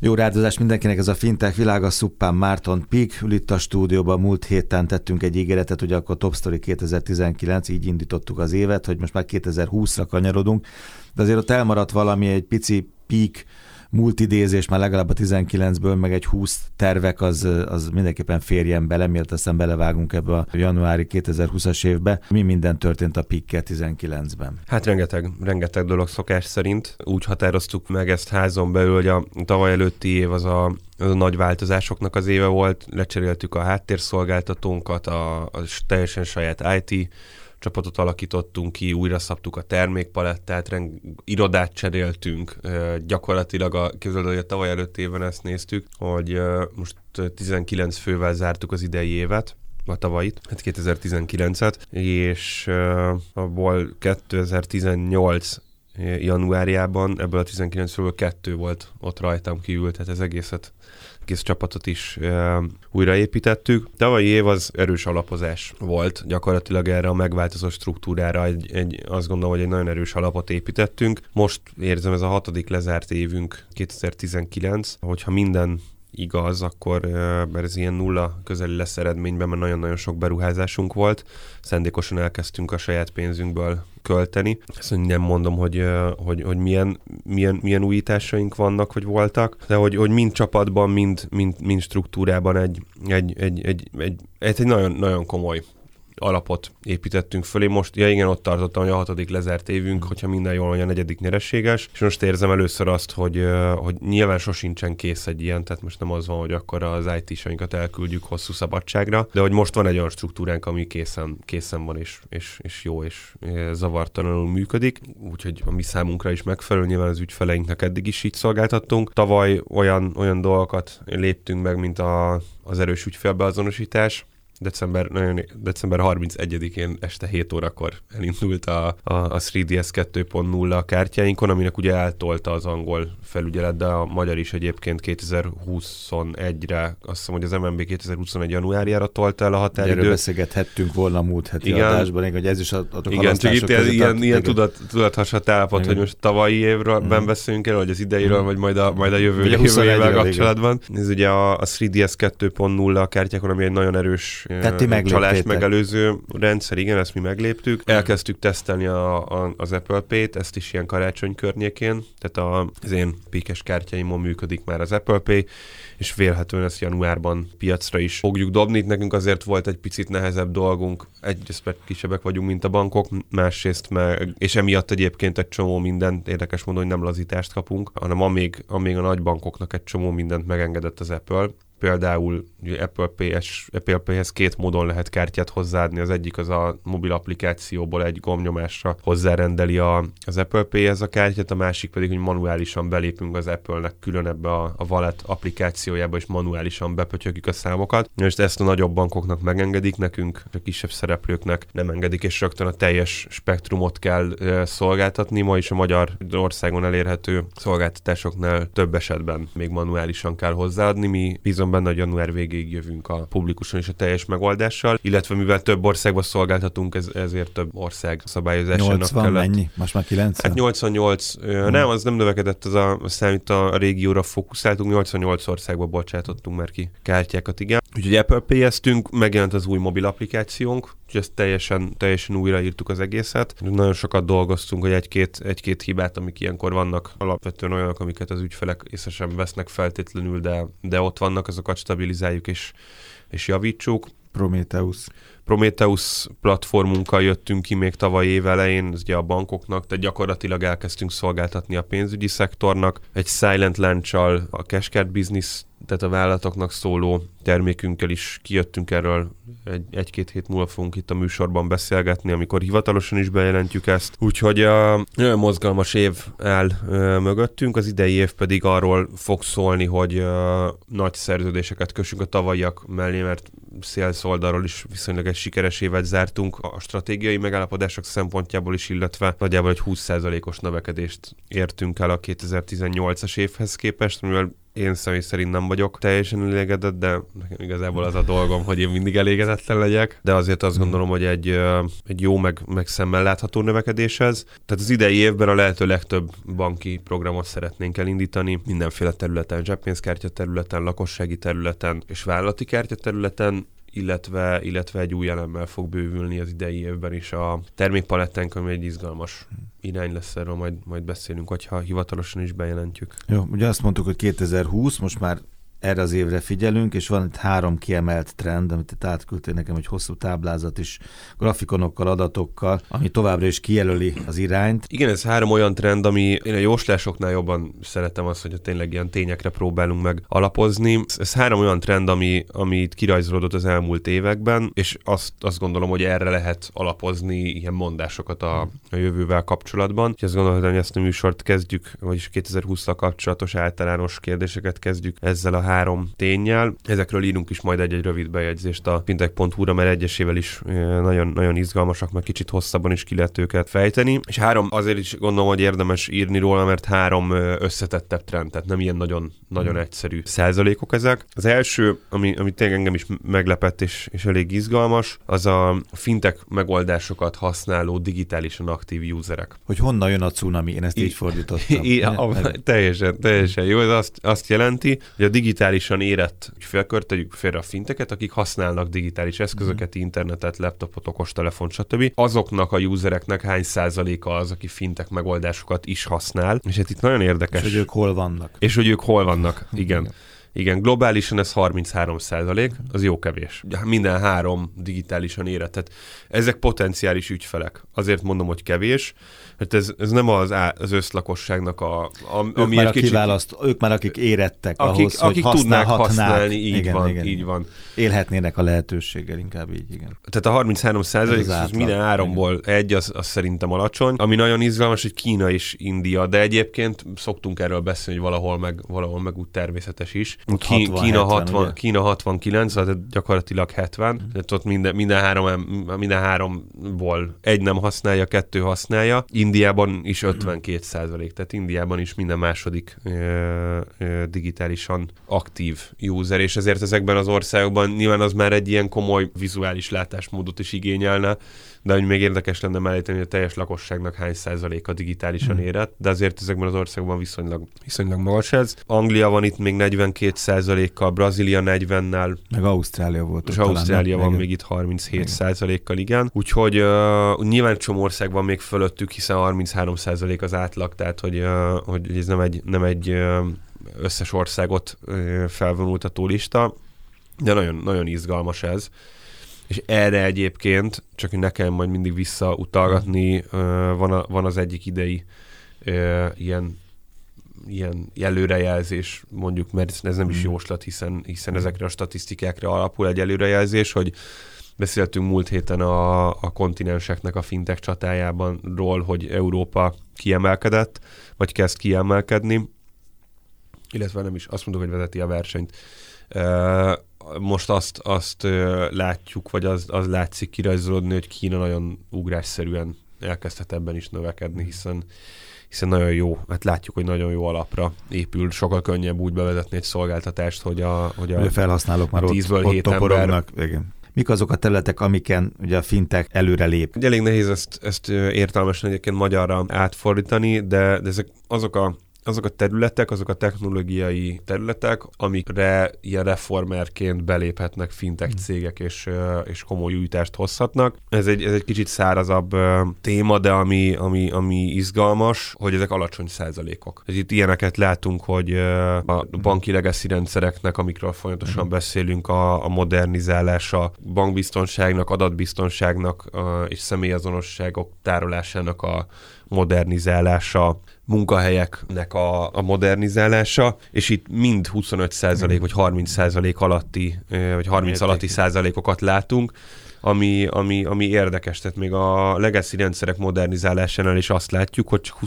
Jó rádozást mindenkinek, ez a Fintech világa, Szuppán Márton Pik ül itt a stúdióban. Múlt héten tettünk egy ígéretet, hogy akkor Top Story 2019, így indítottuk az évet, hogy most már 2020-ra kanyarodunk, de azért ott elmaradt valami, egy pici Pik multidézés már legalább a 19-ből, meg egy 20 tervek, az mindenképpen férjen bele, miért aztán belevágunk ebbe a januári 2020-as évbe. Mi minden történt a Pikkel 19-ben? Hát rengeteg dolog szokás szerint. Úgy határoztuk meg ezt házon belül, hogy a tavaly előtti év az a nagy változásoknak az éve volt. Lecseréltük a háttérszolgáltatónkat, a teljesen saját IT csapatot alakítottunk ki, újra szabtuk a termékpalettát, irodát cseréltünk, gyakorlatilag képzeld, hogy a tavaly előtti évben ezt néztük, hogy most 19 fővel zártuk az idei évet, a tavalyit, hát 2019-et, és abból 2018 januárjában ebből a 19 főből 2 volt ott rajtam kívül, tehát ez egész csapatot is újraépítettük. Tavalyi év az erős alapozás volt, gyakorlatilag erre a megváltozó struktúrára azt gondolom, hogy egy nagyon erős alapot építettünk. Most érzem, ez a 6. lezárt évünk 2019, hogyha minden igaz, akkor mert ez ilyen nulla közeli lesz eredményben, mert nagyon-nagyon sok beruházásunk volt. Szándékosan elkezdtünk a saját pénzünkből költeni. Ezt nem mondom, hogy milyen újításaink vannak, vagy voltak, de hogy mind csapatban, mind struktúrában egy nagyon, nagyon komoly alapot építettünk fölé. Most, ott tartottam, hogy a 6. lezárt évünk, hogyha minden jól van, a 4. nyereséges, és most érzem először azt, hogy nyilván sosincsen kész egy ilyen, tehát most nem az van, hogy akkor az IT-sainkat elküldjük hosszú szabadságra, de hogy most van egy olyan struktúránk, ami készen van, és jó, és zavartalanul működik, úgyhogy a mi számunkra is megfelelő, nyilván az ügyfeleinknek eddig is így szolgáltattunk. Tavaly olyan dolgokat léptünk meg, mint az erős ügyfélbeazonosítás. December 31-én este 7 órakor elindult a 3DS 2.0 a kártyáinkon, aminek ugye eltolta az angol felügyelet, de a magyar is egyébként 2021-re, azt hiszem, hogy az MNB 2021 januárjára tolta el a határidőt. Erről beszélgettünk volna a múlt heti adásban, hogy ez is a igen, csak itt ilyen tudathasadt állapot, hogy most tavalyi évről beszélünk el, vagy az ideiről, vagy majd a jövő évvel kapcsolatban. Ez ugye a 3DS 2.0 a kártyákon, ami egy nagyon erős csalás megelőző rendszer, igen, ezt mi megléptük. Elkezdtük tesztelni az Apple Pay-t, ezt is ilyen karácsony környékén, tehát az én Pikes kártyáimon működik már az Apple Pay, és vélhetően ezt januárban piacra is fogjuk dobni. Itt nekünk azért volt egy picit nehezebb dolgunk, egyrészt mert kisebbek vagyunk, mint a bankok, másrészt és emiatt egyébként egy csomó mindent, érdekes módon, hogy nem lazítást kapunk, hanem amíg a nagy bankoknak egy csomó mindent megengedett az Apple. Például Apple Pay-hez 2 módon lehet kártyát hozzáadni. Az egyik az a mobil applikációból egy gombnyomásra hozzárendeli az Apple Pay-hez a kártyát, a másik pedig, hogy manuálisan belépünk az Apple-nek külön ebbe a wallet applikációjába, és manuálisan bepötyögjük a számokat. És ezt a nagyobb bankoknak megengedik, nekünk a kisebb szereplőknek nem engedik, és rögtön a teljes spektrumot kell szolgáltatni. Ma is a Magyarországon elérhető szolgáltatásoknál több esetben még manuálisan kell hozzáadni. Mi bízom benne, hogy január végéig jövünk a publikuson is a teljes megoldással, illetve mivel több országban szolgáltatunk, ezért több ország szabályozásának 80 kellett. Mennyi? Most már 90? Hát 88, nem, az nem növekedett, az a számít a régióra fókuszáltunk, 88 országba bocsátottunk már ki kártyákat, igen. Úgyhogy Apple Pay-eztünk, megjelent az új mobil applikációnk, úgyhogy ezt teljesen újraírtuk az egészet. Nagyon sokat dolgoztunk, hogy egy-két hibát, amik ilyenkor vannak, alapvetően olyanok, amiket az ügyfelek észre sem vesznek feltétlenül, de ott vannak, azokat stabilizáljuk és javítsuk. Prometheus platformunkkal jöttünk ki még tavaly év elején, ez ugye a bankoknak, tehát gyakorlatilag elkezdtünk szolgáltatni a pénzügyi szektornak. Egy Silent Launch-al a Cashcard Business, tehát a vállalatoknak szóló termékünkkel is kijöttünk erről, egy-két hét múlva fogunk itt a műsorban beszélgetni, amikor hivatalosan is bejelentjük ezt. Úgyhogy nagyon mozgalmas év áll mögöttünk, az idei év pedig arról fog szólni, hogy nagy szerződéseket kössünk a tavalyiak mellé, mert sales oldalról is viszonylag egy sikeres évet zártunk a stratégiai megállapodások szempontjából is, illetve nagyjából egy 20%-os növekedést értünk el a 2018-as évhez képest, amivel Én személy szerint nem vagyok teljesen elégedett, de nekem igazából az a dolgom, hogy én mindig elégedetlen legyek, de azért azt gondolom, hogy egy jó, meg szemmel látható növekedés ez. Tehát az idei évben a lehető legtöbb banki programot szeretnénk elindítani, mindenféle területen, zseppénzkártya területen, lakossági területen és vállalati kártya területen, illetve egy új elemmel fog bővülni az idei évben is a termékpalettánk, ami egy izgalmas irány lesz, erről majd beszélünk, hogyha hivatalosan is bejelentjük. Jó, ugye azt mondtuk, hogy 2020, most már erre az évre figyelünk, és van itt 3 kiemelt trend, amit itt átküldtél nekem, hogy hosszú táblázat is, grafikonokkal, adatokkal, ami továbbra is kijelöli az irányt. Igen, ez 3 olyan trend, ami én a jóslásoknál jobban szeretem azt, hogy tényleg ilyen tényekre próbálunk meg alapozni. Ez 3 olyan trend, ami itt kirajzolódott az elmúlt években, és azt gondolom, hogy erre lehet alapozni ilyen mondásokat a jövővel kapcsolatban. Úgyhogy azt gondolom, hogy ezt a műsort kezdjük, vagyis 2020-szal kapcsolatos általános kérdéseket kezdjük ezzel a 3 ténnyel. Ezekről írunk is majd egy rövid bejegyzést a fintech.hu-ra, mert egyesével is nagyon, nagyon izgalmasak, meg kicsit hosszabban is ki lehet őket fejteni. És 3 azért is gondolom, hogy érdemes írni róla, mert 3 összetettebb trend, tehát nem ilyen nagyon egyszerű százalékok ezek. Az első, ami tényleg engem is meglepett és elég izgalmas, az a fintech megoldásokat használó digitálisan aktív userek. Hogy honnan jön a cunami? Én ezt így fordítottam. Teljesen jó. Ez azt jelenti, hogy a digitálisan érett ügyfélkört, tegyük félre a finteket, akik használnak digitális eszközöket, internetet, laptopot, okostelefont, stb. Azoknak a usereknek hány százaléka az, aki fintech megoldásokat is használ. És hát itt nagyon érdekes. És hogy ők hol vannak. És hogy ők hol vannak, igen. Igen, globálisan ez 33%, az jó kevés. Minden 3 digitálisan érett. Tehát ezek potenciális ügyfelek. Azért mondom, hogy kevés, mert ez nem az összlakosságnak ami egy kicsit... Ők már akik érettek ahhoz, akik hogy tudnák használni, igen. így van. Élhetnének a lehetőséggel, inkább így, igen. Tehát a 33% minden 3-ból egy, az szerintem alacsony. Ami nagyon izgalmas, hogy Kína és India, de egyébként szoktunk erről beszélni, hogy valahol meg úgy természetes is. Kína 69, tehát gyakorlatilag 70, tehát ott minden háromból egy nem használja, 2 használja. Indiában is 52%, tehát Indiában is minden második digitálisan aktív user, és ezért ezekben az országokban nyilván az már egy ilyen komoly vizuális látásmódot is igényelne, de hogy még érdekes lenne mellíteni, hogy a teljes lakosságnak hány százaléka digitálisan érett, de azért ezekben az országokban viszonylag magas ez. Anglia van itt még 42%-kal, Brazília 40-nel. Meg Ausztrália volt. És Ausztrália van még itt 37%-kal, igen. Úgyhogy nyilván csomó ország van még fölöttük, hiszen 33% az átlag, tehát hogy ez nem egy összes országot felvonultató lista, de nagyon, nagyon izgalmas ez. És erre egyébként, csak hogy nekem majd mindig visszautalgatni, van az egyik idei ilyen előrejelzés, mondjuk, mert ez nem is jóslat, hiszen ezekre a statisztikákra alapul egy előrejelzés, hogy beszéltünk múlt héten a kontinenseknek a fintech csatájában, hogy Európa kiemelkedett, vagy kezd kiemelkedni, illetve nem is, azt mondok, hogy vezeti a versenyt. Most azt látjuk, vagy az látszik kirajzolódni, hogy Kína nagyon ugrásszerűen elkezdhet ebben is növekedni, hiszen nagyon jó, hát látjuk, hogy nagyon jó alapra épül, sokkal könnyebb úgy bevezetni egy szolgáltatást, hogy a felhasználók már ott toporognak. Igen. Mik azok a területek, amiken ugye a fintech előre lép? Elég nehéz ezt értelmesen egyébként magyarra átfordítani, de ezek azok a területek, azok a technológiai területek, amikre ilyen reformerként beléphetnek fintech cégek, és komoly újítást hozhatnak. Ez egy kicsit szárazabb téma, de ami izgalmas, hogy ezek alacsony százalékok. Itt ilyeneket látunk, hogy a banki legacy rendszereknek, amikről folyamatosan beszélünk, a modernizálása, bankbiztonságnak, adatbiztonságnak és személyazonosságok tárolásának a modernizálása, munkahelyeknek a modernizálása, és itt mind 25% vagy 30% alatti, vagy 30 alatti százalékokat látunk, ami érdekes. Tehát még a legacy rendszerek modernizálásánál is azt látjuk, hogy csak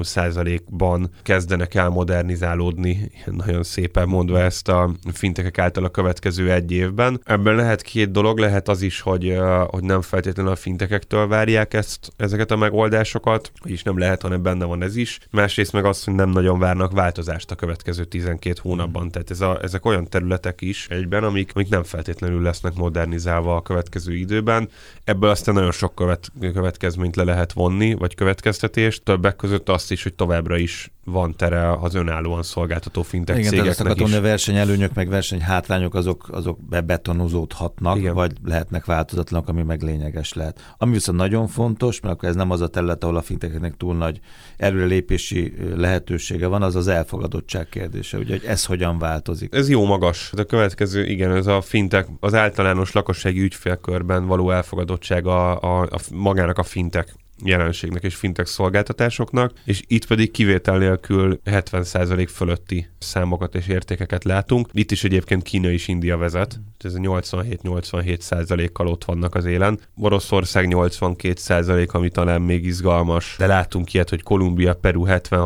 23%-ban kezdenek el modernizálódni, nagyon szépen mondva ezt a fintekek által a következő egy évben. Ebben lehet két dolog, lehet az is, hogy nem feltétlenül a fintekektől várják ezeket a megoldásokat, vagyis nem lehet, hanem benne van ez is. Másrészt meg az, hogy nem nagyon várnak változást a következő 12 hónapban. Tehát ezek olyan területek is egyben, amik nem feltétlenül lesznek modernizálva a következő időben. Ebből aztán nagyon sok következményt le lehet vonni, vagy következtetést. Többek között azt is, hogy továbbra is van tere az önállóan szolgáltató fintech cégeknek is. A versenyelőnyök meg versenyhátrányok azok bebetonozódhatnak, igen, vagy lehetnek változatlanok, ami meg lényeges lehet. Ami viszont nagyon fontos, mert akkor ez nem az a terület, ahol a fintecheknek túl nagy előrelépési lehetősége van, az az elfogadottság kérdése. Ugye, hogy ez hogyan változik? Ez jó magas. A következő, igen, ez a fintech, az általános lakossági ügyfélkörben való elfogadottság magának a fintech jelenségnek és fintech szolgáltatásoknak, és itt pedig kivétel nélkül 70% fölötti számokat és értékeket látunk. Itt is egyébként Kína és India vezet, ez 87-87%-kal ott vannak az élen. Oroszország 82%, ami talán még izgalmas, de látunk ilyet, hogy Kolumbia, Peru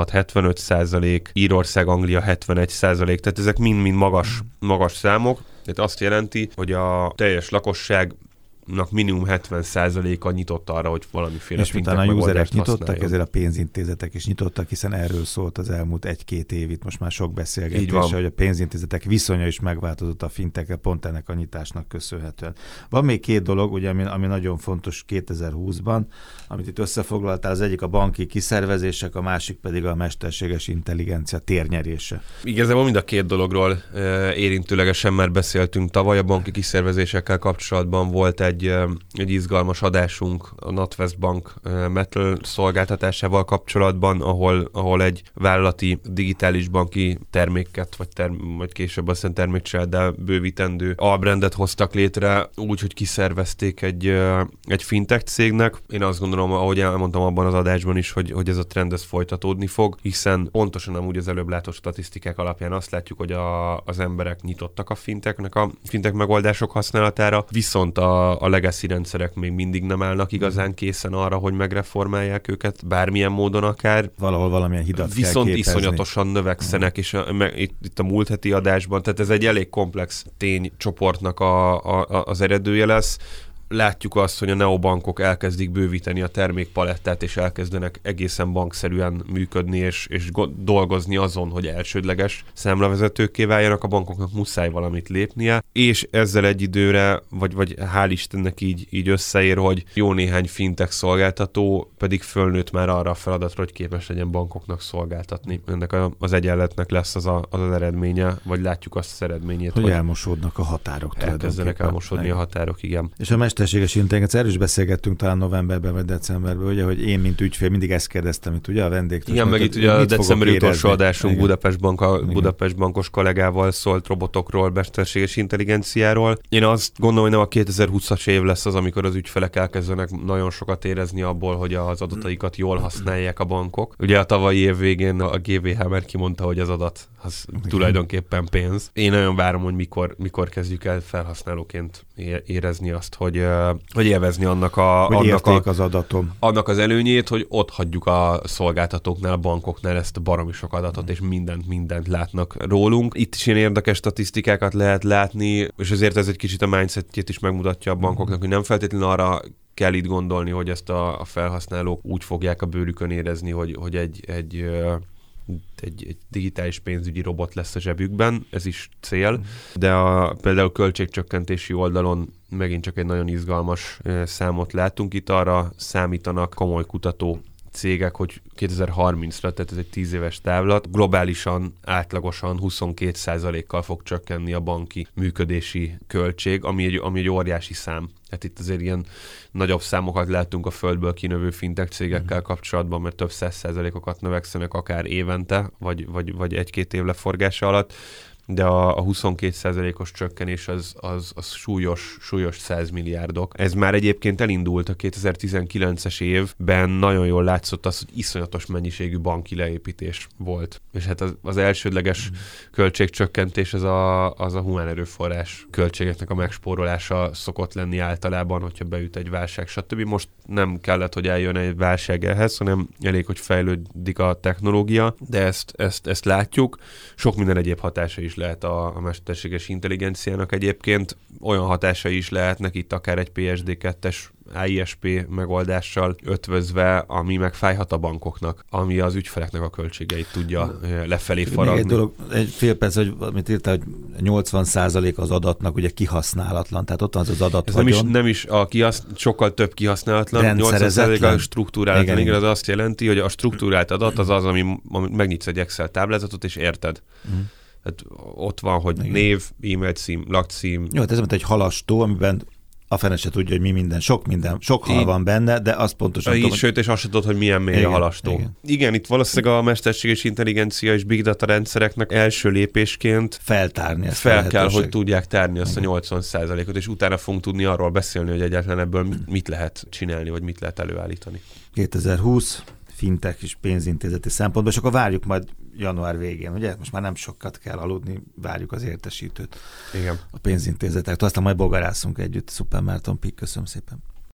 76-75%, Írország, Anglia 71%, tehát ezek mind-mind magas számok. Tehát azt jelenti, hogy a teljes lakosság minimum 70%-a nyitott arra, hogy valamiféle fintech megoldást használjon. És utána a nyitottak, ezért a pénzintézetek is nyitottak, hiszen erről szólt az elmúlt 1-2 év, itt most már sok beszélgetése, hogy a pénzintézetek viszonya is megváltozott a fintechre, pont ennek a nyitásnak köszönhetően. Van még két dolog, ugye, ami nagyon fontos 2020-ban, amit itt összefoglaltál, az egyik a banki kiszervezések, a másik pedig a mesterséges intelligencia térnyerése. Igazából mind a két dologról érintőlegesen már beszéltünk tavaly, a banki kiszervezésekkel kapcsolatban volt egy izgalmas adásunk a NatWest Bank Metal szolgáltatásával kapcsolatban, ahol egy vállalati digitális banki terméket, vagy később azt hiszem termékcsaláddal bővítendő albrandet hoztak létre, úgy, hogy kiszervezték egy fintech cégnek. Én azt gondolom, ahogy elmondtam abban az adásban is, hogy ez a trend ez folytatódni fog, hiszen pontosan amúgy az előbb látott statisztikák alapján azt látjuk, hogy az emberek nyitottak a fintech megoldások használatára, viszont a legacy rendszerek még mindig nem állnak igazán készen arra, hogy megreformálják őket, bármilyen módon akár. Valahol valamilyen hidat viszont kell képezni. Iszonyatosan növekszenek, és itt a múlt heti adásban, tehát ez egy elég komplex ténycsoportnak az eredője lesz. Látjuk azt, hogy a neobankok elkezdik bővíteni a termékpalettát, és elkezdenek egészen bankszerűen működni, és dolgozni azon, hogy elsődleges számlavezetőkké váljanak, a bankoknak muszáj valamit lépnie, és ezzel egy időre, vagy hál' Istennek így összeér, hogy jó néhány fintech szolgáltató pedig fölnőtt már arra a feladatra, hogy képes legyen bankoknak szolgáltatni. Ennek az egyenletnek lesz az eredménye, vagy látjuk azt az eredményét, hogy elmosódnak a határok. Elkezdenek elmosódni a határok, igen. És a mesterséges intelligencia, erről is beszélgettünk talán novemberben vagy decemberben, ugye, hogy én, mint ügyfél, mindig ezt kérdeztem, itt ugye a vendégtől. Igen, meg itt ugye a decemberi utolsó adásunk Budapest bankos kollégával szólt robotokról, mesterséges intelligenciáról. Én azt gondolom, hogy nem a 2020-as év lesz az, amikor az ügyfelek elkezdenek nagyon sokat érezni abból, hogy az adataikat jól használják a bankok. Ugye a tavalyi év végén a GVH már kimondta, hogy az adat az tulajdonképpen pénz. Én nagyon várom, hogy mikor kezdjük el felhasználóként érezni azt, hogy élvezni annak az adatom. Annak az előnyét, hogy ott hagyjuk a szolgáltatóknál, a bankoknál ezt a baromi sok adatot, és mindent látnak rólunk. Itt is ilyen érdekes statisztikákat lehet látni, és ezért ez egy kicsit a mindsetjét is megmutatja a bankoknak, hogy nem feltétlenül arra kell itt gondolni, hogy ezt a felhasználók úgy fogják a bőrükön érezni, hogy egy digitális pénzügyi robot lesz a zsebükben, ez is cél, de például költségcsökkentési oldalon megint csak egy nagyon izgalmas számot látunk. Itt arra számítanak komoly kutató cégek, hogy 2030-ra, tehát ez egy 10 éves távlat, globálisan, átlagosan 22%-kal fog csökkenni a banki működési költség, ami egy óriási szám. Hát itt azért ilyen nagyobb számokat látunk a földből kinövő fintech cégekkel kapcsolatban, mert több 100%-okat növekszenek akár évente, vagy 1-2 év leforgása alatt. de a 22%-os csökkenés az súlyos 100 milliárdok. Ez már egyébként elindult a 2019-es évben, nagyon jól látszott az, hogy iszonyatos mennyiségű banki leépítés volt. És hát az elsődleges költségcsökkentés az a humán erőforrás költségeknek a megspórolása szokott lenni általában, hogyha beüt egy válság, stb. Most nem kellett, hogy eljön egy válság ehhez, hanem elég, hogy fejlődik a technológia, de ezt látjuk. Sok minden egyéb hatása is lehet a mesterséges intelligenciának egyébként. Olyan hatásai is lehetnek itt akár egy PSD2-es AISP megoldással ötvözve, ami meg fájhat a bankoknak, ami az ügyfeleknek a költségeit tudja lefelé faragni. Még egy dolog, egy fél perc, hogy amit írtál, hogy 80% az adatnak ugye kihasználatlan, tehát ott van az adatvagyon. Nem is sokkal több kihasználatlan, 80% a struktúrálatlan. Igen, az azt jelenti, hogy a struktúrált adat az, ami megnyitsz egy Excel táblázatot, és érted. Tehát ott van, hogy igen. Név, e-mail cím, lakcím. Jó, hát ez mint egy halastó, amiben a fene se tudja, hogy mi minden, sok hal van benne, de azt pontosan tudom. Sőt, és azt se tudod, hogy milyen mély a halastó. Igen, itt valószínűleg a mesterséges intelligencia és big data rendszereknek első lépésként feltárni ezt fel kell, hogy tudják tárni azt a 80%-ot, és utána fogunk tudni arról beszélni, hogy egyáltalán ebből mit lehet csinálni, vagy mit lehet előállítani. 2020 fintech és pénzintézeti szempontból, és akkor várjuk majd január végén, ugye? Most már nem sokat kell aludni, várjuk az értesítőt. Igen. A pénzintézetektől, aztán majd bogarászunk együtt. Szuper Márton Pik, köszönöm szépen.